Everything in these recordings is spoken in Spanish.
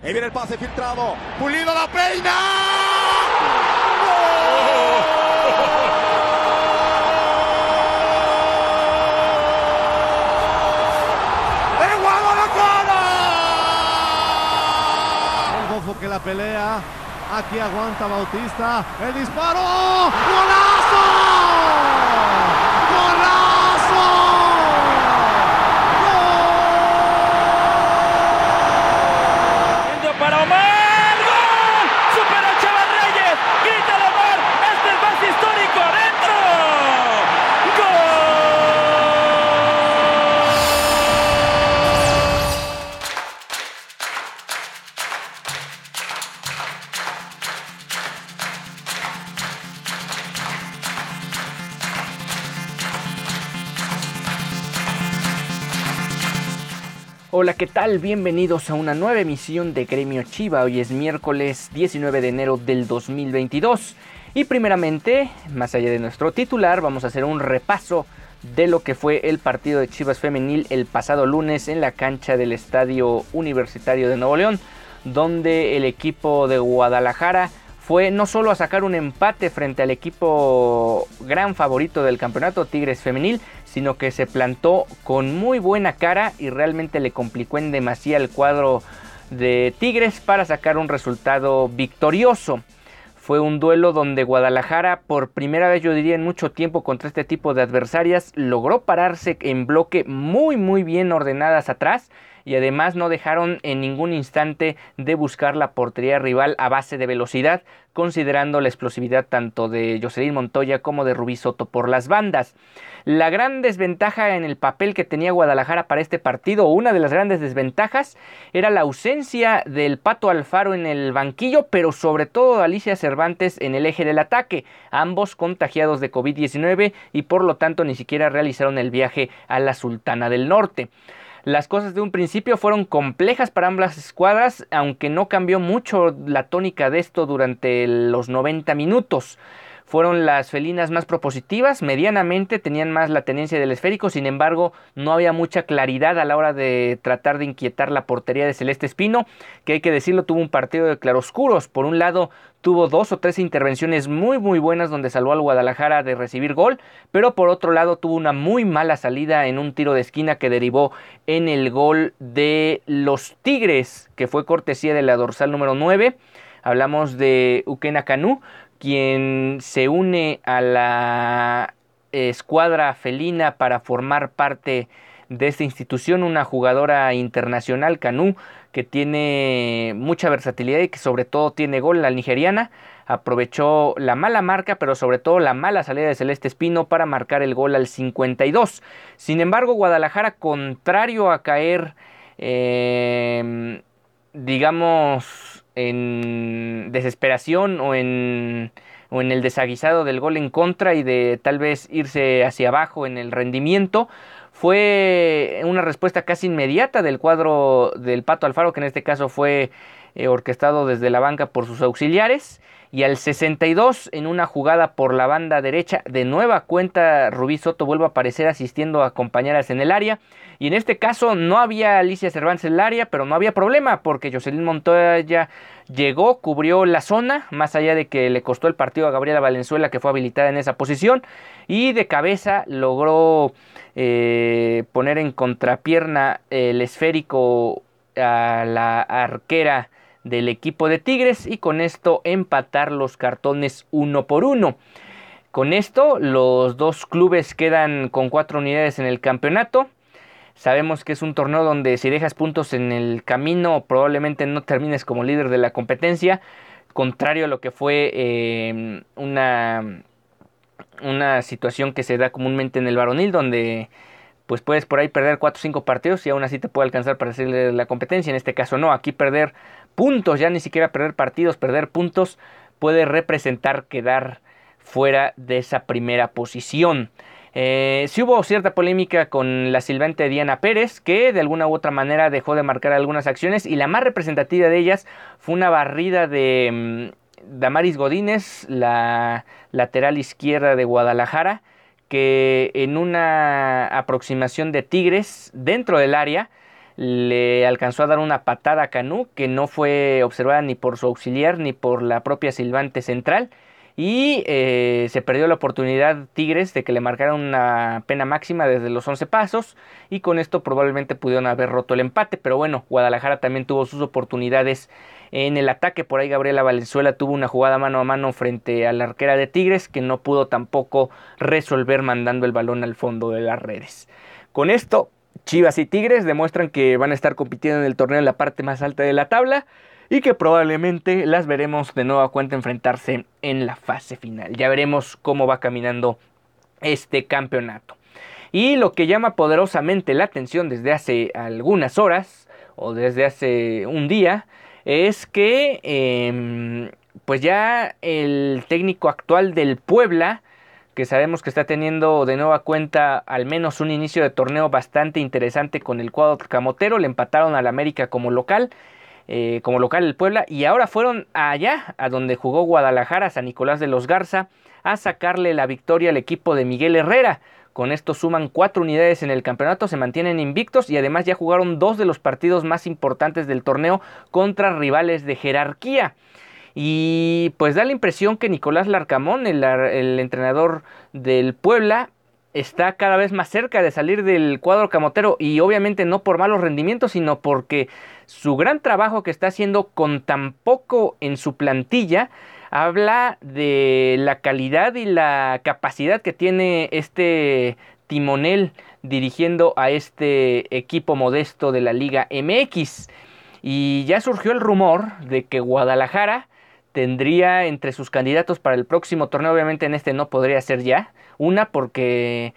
Ahí viene el pase filtrado. Pulido la peina. ¡De Guadalajara! El Bofo que la pelea. Aquí aguanta Bautista. El disparo. ¡Golazo! ¡Golazo! Para Omar, ¡gol! ¡Supera a Chava Reyes! ¡Grita Omar! ¡Este es más histórico! ¡Adentro! Hola, ¿qué tal? Bienvenidos a una nueva emisión de Gremio Chiva. Hoy es miércoles 19 de enero del 2022. Y primeramente, más allá de nuestro titular, vamos a hacer un repaso de lo que fue el partido de Chivas Femenil el pasado lunes en la cancha del Estadio Universitario de Nuevo León, donde el equipo de Guadalajara fue no solo a sacar un empate frente al equipo gran favorito del campeonato, Tigres Femenil, sino que se plantó con muy buena cara y realmente le complicó en demasía el cuadro de Tigres para sacar un resultado victorioso. Fue un duelo donde Guadalajara, por primera vez yo diría en mucho tiempo contra este tipo de adversarias, logró pararse en bloque muy bien ordenadas atrás, y además no dejaron en ningún instante de buscar la portería rival a base de velocidad, considerando la explosividad tanto de Jocelyn Montoya como de Rubí Soto por las bandas. La gran desventaja en el papel que tenía Guadalajara para este partido, una de las grandes desventajas, era la ausencia del Pato Alfaro en el banquillo, pero sobre todo de Alicia Cervantes en el eje del ataque, ambos contagiados de COVID-19 y por lo tanto ni siquiera realizaron el viaje a la Sultana del Norte. Las cosas de un principio fueron complejas para ambas escuadras, aunque no cambió mucho la tónica de esto durante los 90 minutos. Fueron las felinas más propositivas, medianamente tenían más la tenencia del esférico, sin embargo no había mucha claridad a la hora de tratar de inquietar la portería de Celeste Espino, que hay que decirlo, tuvo un partido de claroscuros. Por un lado tuvo 2 o 3 intervenciones muy buenas donde salvó al Guadalajara de recibir gol, pero por otro lado tuvo una muy mala salida en un tiro de esquina que derivó en el gol de los Tigres, que fue cortesía de la dorsal número 9. Hablamos de Ukena Kanú, quien se une a la escuadra felina para formar parte de esta institución, una jugadora internacional, Kanú, que tiene mucha versatilidad y que sobre todo tiene gol. La nigeriana aprovechó la mala marca, pero sobre todo la mala salida de Celeste Espino para marcar el gol al 52. Sin embargo, Guadalajara, contrario a caer, digamos, en desesperación o en el desaguisado del gol en contra y de tal vez irse hacia abajo en el rendimiento, fue una respuesta casi inmediata del cuadro del Pato Alfaro, que en este caso fue orquestado desde la banca por sus auxiliares, y al 62, en una jugada por la banda derecha, de nueva cuenta Rubí Soto vuelve a aparecer asistiendo a compañeras en el área, y en este caso no había Alicia Cervantes en el área, pero no había problema porque Jocelyn Montoya llegó, cubrió la zona, más allá de que le costó el partido a Gabriela Valenzuela, que fue habilitada en esa posición, y de cabeza logró poner en contrapierna el esférico a la arquera del equipo de Tigres y con esto empatar los cartones 1-1. Con esto los dos clubes quedan con 4 unidades en el campeonato. Sabemos que es un torneo donde si dejas puntos en el camino probablemente no termines como líder de la competencia, contrario a lo que fue una situación que se da comúnmente en el varonil, donde pues puedes por ahí perder 4 o 5 partidos y aún así te puede alcanzar para ser líder de la competencia. En este caso no, aquí perder puntos, ya ni siquiera perder partidos, perder puntos puede representar quedar fuera de esa primera posición. Sí hubo cierta polémica con la silbante Diana Pérez, que de alguna u otra manera dejó de marcar algunas acciones, y la más representativa de ellas fue una barrida de Damaris Godínez, la lateral izquierda de Guadalajara, que en una aproximación de Tigres dentro del área le alcanzó a dar una patada a Canu que no fue observada ni por su auxiliar ni por la propia silbante central. Y se perdió la oportunidad Tigres de que le marcaran una pena máxima desde los 11 pasos, y con esto probablemente pudieron haber roto el empate, pero bueno, Guadalajara también tuvo sus oportunidades en el ataque. Por ahí Gabriela Valenzuela tuvo una jugada mano a mano frente a la arquera de Tigres que no pudo tampoco resolver mandando el balón al fondo de las redes. Con esto, Chivas y Tigres demuestran que van a estar compitiendo en el torneo en la parte más alta de la tabla, y que probablemente las veremos de nueva cuenta enfrentarse en la fase final. Ya veremos cómo va caminando este campeonato. Y lo que llama poderosamente la atención desde hace algunas horas, o desde hace un día, es que pues ya el técnico actual del Puebla, que sabemos que está teniendo de nueva cuenta al menos un inicio de torneo bastante interesante con el cuadro camotero, le empataron al América como local el Puebla, y ahora fueron allá a donde jugó Guadalajara, San Nicolás de los Garza, a sacarle la victoria al equipo de Miguel Herrera. Con esto suman 4 unidades en el campeonato, se mantienen invictos y además ya jugaron 2 de los partidos más importantes del torneo contra rivales de jerarquía. Y pues da la impresión que Nicolás Larcamón, el entrenador del Puebla, está cada vez más cerca de salir del cuadro camotero, y obviamente no por malos rendimientos, sino porque su gran trabajo que está haciendo con tan poco en su plantilla habla de la calidad y la capacidad que tiene este timonel dirigiendo a este equipo modesto de la Liga MX. Y ya surgió el rumor de que Guadalajara tendría entre sus candidatos para el próximo torneo, obviamente en este no podría ser ya, porque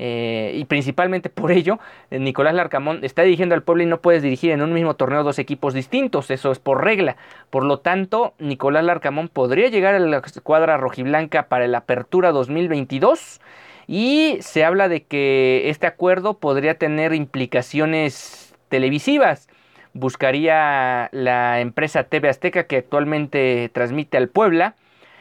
y principalmente por ello, Nicolás Larcamón está dirigiendo al Puebla y no puedes dirigir en un mismo torneo 2 equipos distintos, eso es por regla. Por lo tanto, Nicolás Larcamón podría llegar a la escuadra rojiblanca para el Apertura 2022, y se habla de que este acuerdo podría tener implicaciones televisivas. Buscaría la empresa TV Azteca, que actualmente transmite al Puebla,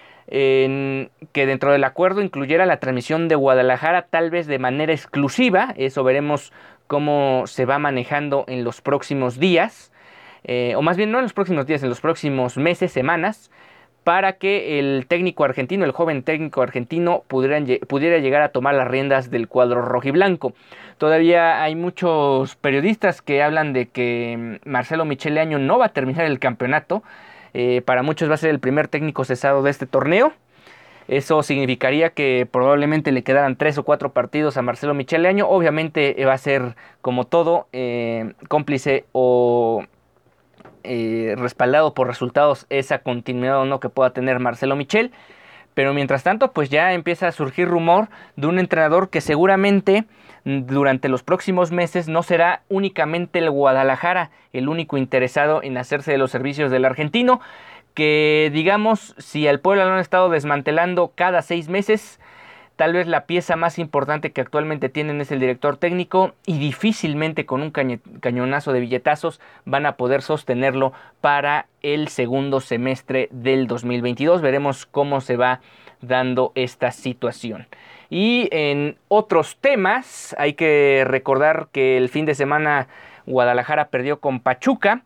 que dentro del acuerdo incluyera la transmisión de Guadalajara, tal vez de manera exclusiva. Eso veremos cómo se va manejando en los próximos días, o más bien no en los próximos días, en los próximos meses, semanas, para que el técnico argentino, el joven técnico argentino, pudiera llegar a tomar las riendas del cuadro rojiblanco. Todavía hay muchos periodistas que hablan de que Marcelo Michele Año no va a terminar el campeonato. Para muchos va a ser el primer técnico cesado de este torneo. Eso significaría que probablemente le quedaran 3 o 4 partidos a Marcelo Michele Año. Obviamente va a ser, como todo, cómplice o respaldado por resultados esa continuidad o no que pueda tener Marcelo Michel. Pero mientras tanto, pues ya empieza a surgir rumor de un entrenador que seguramente durante los próximos meses no será únicamente el Guadalajara el único interesado en hacerse de los servicios del argentino, que digamos, si al Puebla lo han estado desmantelando cada 6 meses, tal vez la pieza más importante que actualmente tienen es el director técnico, y difícilmente con un cañonazo de billetazos van a poder sostenerlo para el segundo semestre del 2022. Veremos cómo se va dando esta situación. Y en otros temas, hay que recordar que el fin de semana Guadalajara perdió con Pachuca,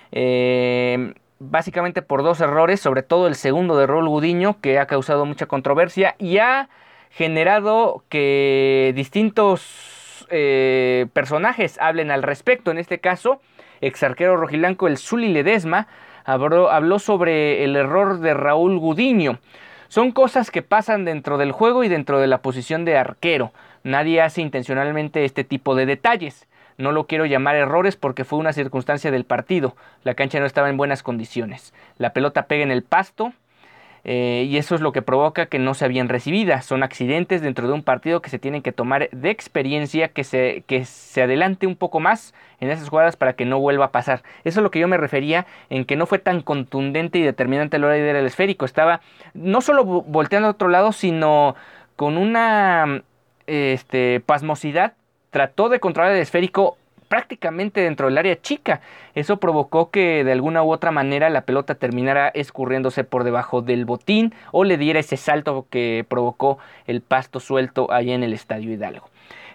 básicamente por 2 errores, sobre todo el segundo de Raúl Gudiño, que ha causado mucha controversia y ha generado que distintos personajes hablen al respecto. En este caso, ex arquero rojiblanco el Zuli Ledesma habló sobre el error de Raúl Gudiño. Son cosas que pasan dentro del juego y dentro de la posición de arquero. Nadie hace intencionalmente este tipo de detalles. No lo quiero llamar errores porque fue una circunstancia del partido. La cancha no estaba en buenas condiciones. La pelota pega en el pasto, y eso es lo que provoca que no sea bien recibida. Son accidentes dentro de un partido que se tienen que tomar de experiencia, que se adelante un poco más en esas jugadas para que no vuelva a pasar. Eso es lo que yo me refería en que no fue tan contundente y determinante a la hora de ir al esférico. Estaba no solo volteando a otro lado, sino con una pasmosidad. Trató de controlar el esférico prácticamente dentro del área chica. Eso provocó que de alguna u otra manera la pelota terminara escurriéndose por debajo del botín o le diera ese salto que provocó el pasto suelto allá en el Estadio Hidalgo.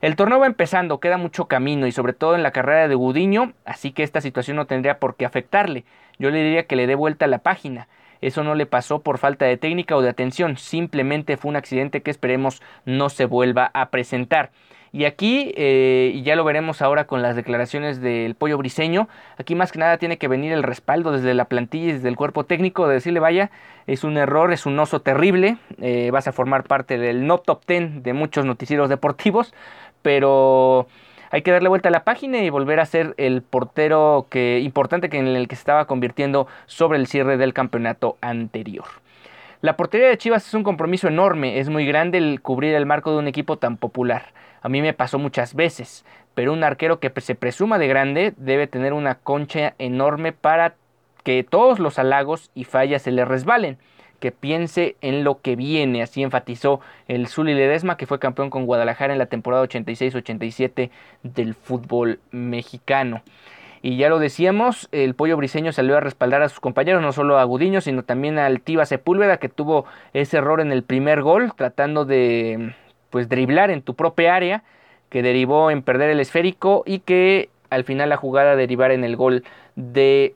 El torneo va empezando, queda mucho camino y sobre todo en la carrera de Gudiño, así que esta situación no tendría por qué afectarle. Yo le diría que le dé vuelta a la página. Eso no le pasó por falta de técnica o de atención, simplemente fue un accidente que esperemos no se vuelva a presentar. Y aquí, y ya lo veremos ahora con las declaraciones del Pollo Briseño, aquí más que nada tiene que venir el respaldo desde la plantilla y desde el cuerpo técnico de decirle, vaya, es un error, es un oso terrible, vas a formar parte del no top 10 de muchos noticieros deportivos, pero hay que darle vuelta a la página y volver a ser el portero importante en el que se estaba convirtiendo sobre el cierre del campeonato anterior. La portería de Chivas es un compromiso enorme, es muy grande el cubrir el marco de un equipo tan popular. A mí me pasó muchas veces, pero un arquero que se presuma de grande debe tener una concha enorme para que todos los halagos y fallas se le resbalen, que piense en lo que viene, así enfatizó el Zuli Ledesma, que fue campeón con Guadalajara en la temporada 86-87 del fútbol mexicano. Y ya lo decíamos, el Pollo Briseño salió a respaldar a sus compañeros, no solo a Gudiño, sino también al Tiva Sepúlveda, que tuvo ese error en el primer gol, tratando de driblar en tu propia área, que derivó en perder el esférico y que al final la jugada derivara en el gol de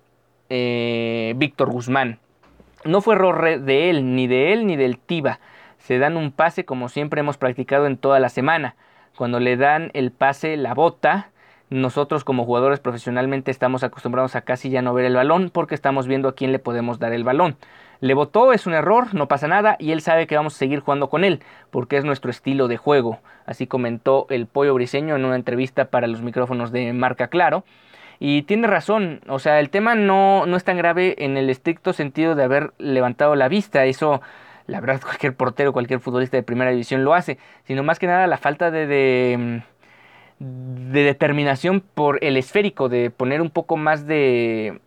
Víctor Guzmán. No fue error de él ni del Tiva. Se dan un pase como siempre hemos practicado en toda la semana. Cuando le dan el pase, la bota. Nosotros como jugadores profesionalmente estamos acostumbrados a casi ya no ver el balón porque estamos viendo a quién le podemos dar el balón. Le botó, es un error, no pasa nada y él sabe que vamos a seguir jugando con él porque es nuestro estilo de juego. Así comentó el Pollo Briseño en una entrevista para los micrófonos de Marca Claro. Y tiene razón, o sea, el tema no es tan grave en el estricto sentido de haber levantado la vista, eso la verdad cualquier portero, cualquier futbolista de primera división lo hace, sino más que nada la falta de determinación por el esférico, de poner un poco más de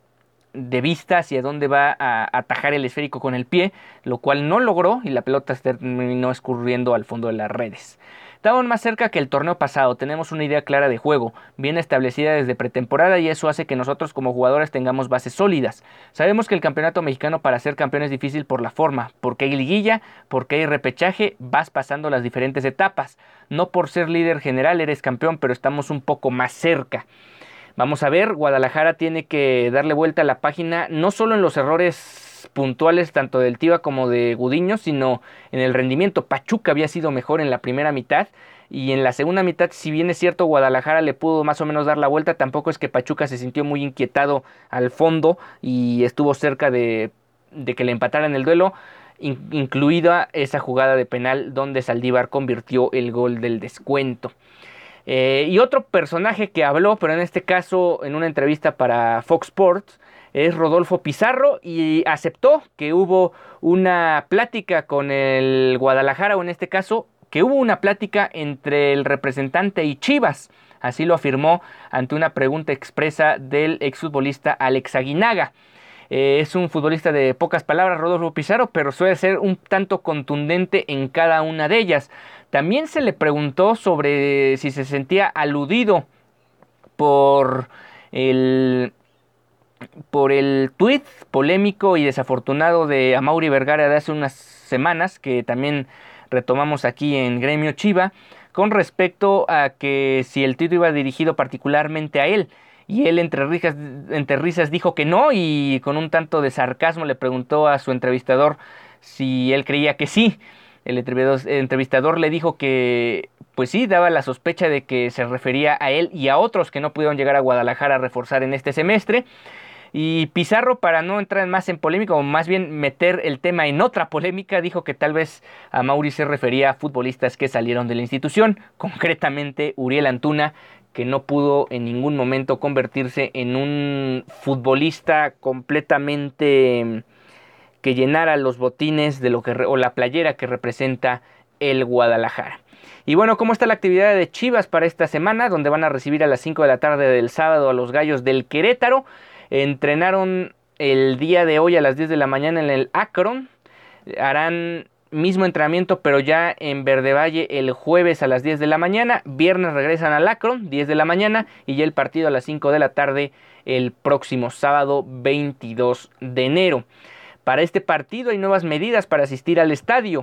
vista hacia dónde va a atajar el esférico con el pie, lo cual no logró y la pelota terminó escurriendo al fondo de las redes. Estamos más cerca que el torneo pasado, tenemos una idea clara de juego, bien establecida desde pretemporada y eso hace que nosotros como jugadores tengamos bases sólidas. Sabemos que el campeonato mexicano para ser campeón es difícil por la forma, porque hay liguilla, porque hay repechaje, vas pasando las diferentes etapas. No por ser líder general eres campeón, pero estamos un poco más cerca. Vamos a ver, Guadalajara tiene que darle vuelta a la página, no solo en los errores puntuales tanto del Tiva como de Gudiño, sino en el rendimiento. Pachuca había sido mejor en la primera mitad y en la segunda mitad, si bien es cierto Guadalajara le pudo más o menos dar la vuelta, tampoco es que Pachuca se sintió muy inquietado al fondo y estuvo cerca de que le empataran el duelo, incluida esa jugada de penal donde Saldívar convirtió el gol del descuento. Y otro personaje que habló, pero en este caso en una entrevista para Fox Sports, es Rodolfo Pizarro y aceptó que hubo una plática con el Guadalajara, o en este caso que hubo una plática entre el representante y Chivas. Así lo afirmó ante una pregunta expresa del exfutbolista Alex Aguinaga. Es un futbolista de pocas palabras, Rodolfo Pizarro, pero suele ser un tanto contundente en cada una de ellas. También se le preguntó sobre si se sentía aludido por el tuit polémico y desafortunado de Amaury Vergara de hace unas semanas, que también retomamos aquí en Gremio Chiva, con respecto a que si el tuit iba dirigido particularmente a él. Y él entre risas dijo que no, y con un tanto de sarcasmo le preguntó a su entrevistador si él creía que sí. El entrevistador le dijo que pues sí, daba la sospecha de que se refería a él y a otros que no pudieron llegar a Guadalajara a reforzar en este semestre. Y Pizarro, para no entrar más en polémica, o más bien meter el tema en otra polémica, dijo que tal vez Amaury se refería a futbolistas que salieron de la institución, concretamente Uriel Antuna, que no pudo en ningún momento convertirse en un futbolista completamente que llenara los botines de o la playera que representa el Guadalajara. Y bueno, ¿cómo está la actividad de Chivas para esta semana? Donde van a recibir a las 5 de la tarde del sábado a los Gallos del Querétaro. Entrenaron el día de hoy a las 10 de la mañana en el Akron. Harán mismo entrenamiento, pero ya en Verde Valle el jueves a las 10 de la mañana. Viernes regresan al Akron, 10 de la mañana. Y ya el partido a las 5 de la tarde el próximo sábado 22 de enero. Para este partido hay nuevas medidas para asistir al estadio.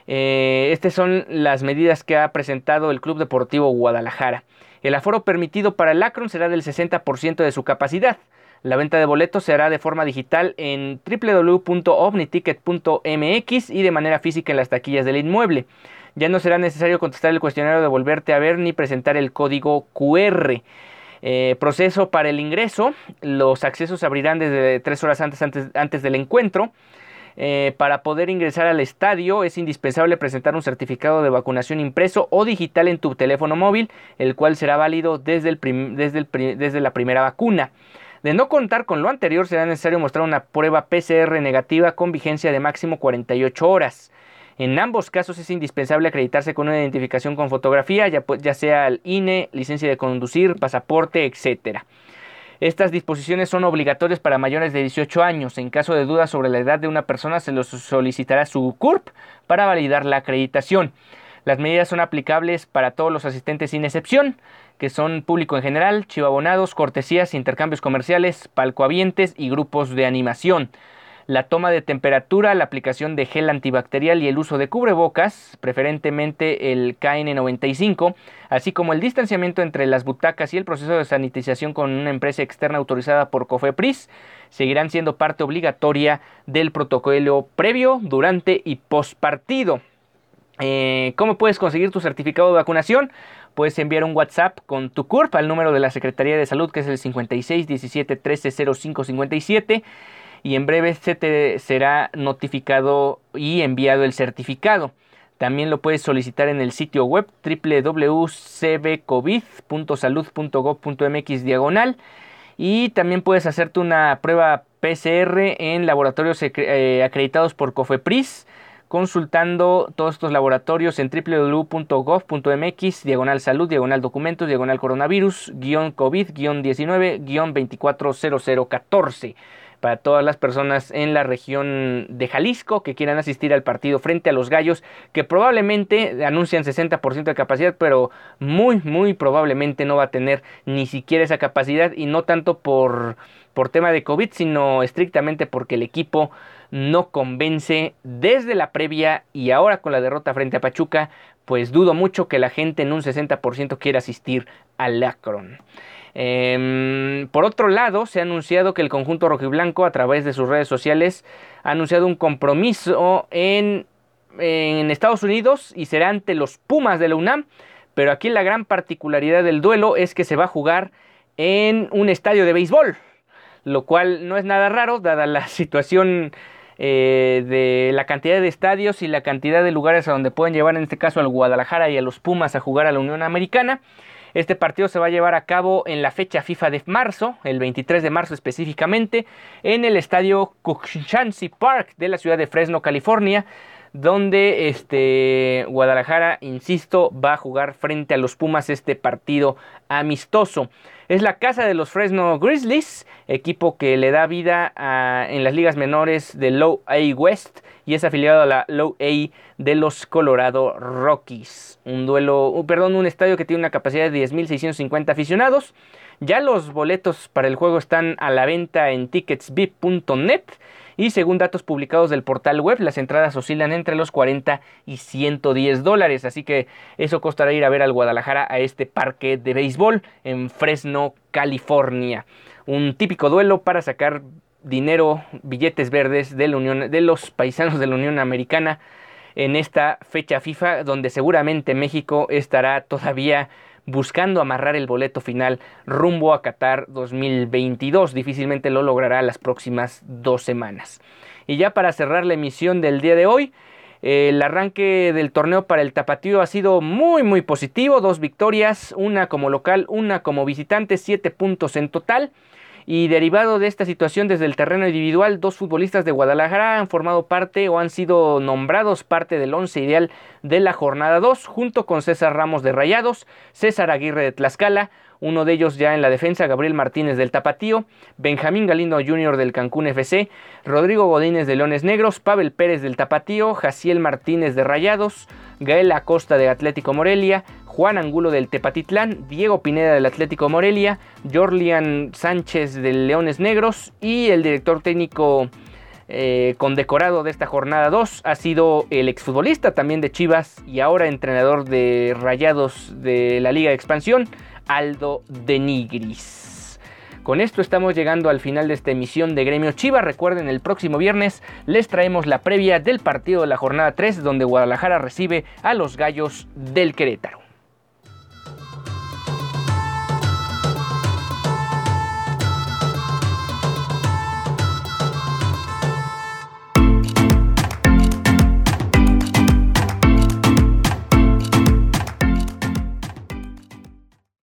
Estas son las medidas que ha presentado el Club Deportivo Guadalajara. El aforo permitido para el Akron será del 60% de su capacidad. La venta de boletos se hará de forma digital en www.omniticket.mx y de manera física en las taquillas del inmueble. Ya no será necesario contestar el cuestionario de volverte a ver ni presentar el código QR. Proceso para el ingreso. Los accesos se abrirán desde 3 horas antes del encuentro. Para poder ingresar al estadio es indispensable presentar un certificado de vacunación impreso o digital en tu teléfono móvil, el cual será válido desde la primera vacuna. De no contar con lo anterior, será necesario mostrar una prueba PCR negativa con vigencia de máximo 48 horas. En ambos casos es indispensable acreditarse con una identificación con fotografía, ya sea el INE, licencia de conducir, pasaporte, etc. Estas disposiciones son obligatorias para mayores de 18 años. En caso de dudas sobre la edad de una persona, se les solicitará su CURP para validar la acreditación. Las medidas son aplicables para todos los asistentes sin excepción, que son público en general, chivabonados, cortesías, intercambios comerciales, palcohabientes y grupos de animación. La toma de temperatura, la aplicación de gel antibacterial y el uso de cubrebocas, preferentemente el KN95, así como el distanciamiento entre las butacas y el proceso de sanitización con una empresa externa autorizada por COFEPRIS, seguirán siendo parte obligatoria del protocolo previo, durante y postpartido. ¿Cómo puedes conseguir tu certificado de vacunación? Puedes enviar un WhatsApp con tu CURP al número de la Secretaría de Salud, que es el 56 17 13 05 57, y en breve se te será notificado y enviado el certificado. También lo puedes solicitar en el sitio web www.cbcovid.salud.gov.mx/, y también puedes hacerte una prueba PCR en laboratorios acreditados por COFEPRIS, consultando todos estos laboratorios en www.gov.mx/salud/documentos -COVID-19-240014 para todas las personas en la región de Jalisco que quieran asistir al partido frente a los Gallos, que probablemente anuncian 60% de capacidad, pero muy probablemente no va a tener ni siquiera esa capacidad, y no tanto por tema de COVID, sino estrictamente porque el equipo no convence desde la previa, y ahora con la derrota frente a Pachuca, pues dudo mucho que la gente en un 60% quiera asistir al Akron. Por otro lado, se ha anunciado que el conjunto rojiblanco, a través de sus redes sociales, ha anunciado un compromiso en Estados Unidos, y será ante los Pumas de la UNAM, pero aquí la gran particularidad del duelo es que se va a jugar en un estadio de béisbol, lo cual no es nada raro dada la situación de la cantidad de estadios y la cantidad de lugares a donde pueden llevar, en este caso al Guadalajara y a los Pumas, a jugar a la Unión Americana. Este partido se va a llevar a cabo en la fecha FIFA de marzo, el 23 de marzo específicamente, en el estadio Cook-Chansey Park de la ciudad de Fresno, California, donde Guadalajara, insisto, va a jugar frente a los Pumas este partido amistoso. Es la casa de los Fresno Grizzlies, equipo que le da vida en las ligas menores de Low A West y es afiliado a la Low A de los Colorado Rockies. Un estadio que tiene una capacidad de 10.650 aficionados. Ya los boletos para el juego están a la venta en ticketsvip.net. Y según datos publicados del portal web, las entradas oscilan entre los $40 y $110. Así que eso costará ir a ver al Guadalajara a este parque de béisbol en Fresno, California. Un típico duelo para sacar dinero, billetes verdes de los paisanos de la Unión Americana en esta fecha FIFA, donde seguramente México estará todavía buscando amarrar el boleto final rumbo a Qatar 2022. Difícilmente lo logrará las próximas 2 semanas. Y ya para cerrar la emisión del día de hoy, el arranque del torneo para el Tapatío ha sido muy positivo. 2 victorias, una como local, una como visitante, 7 puntos en total. Y derivado de esta situación, desde el terreno individual, 2 futbolistas de Guadalajara han formado parte o han sido nombrados parte del 11 ideal de la jornada 2, junto con César Ramos de Rayados, César Aguirre de Tlaxcala, uno de ellos ya en la defensa, Gabriel Martínez del Tapatío, Benjamín Galindo Jr. del Cancún FC, Rodrigo Godínez de Leones Negros, Pavel Pérez del Tapatío, Jaciel Martínez de Rayados, Gael Acosta de Atlético Morelia, Juan Angulo del Tepatitlán, Diego Pineda del Atlético Morelia, Jorlian Sánchez del Leones Negros y el director técnico condecorado de esta jornada 2 ha sido el exfutbolista también de Chivas y ahora entrenador de Rayados de la Liga de Expansión, Aldo de Nigris. Con esto estamos llegando al final de esta emisión de Gremio Chiva. Recuerden, el próximo viernes les traemos la previa del partido de la jornada 3, donde Guadalajara recibe a los Gallos del Querétaro.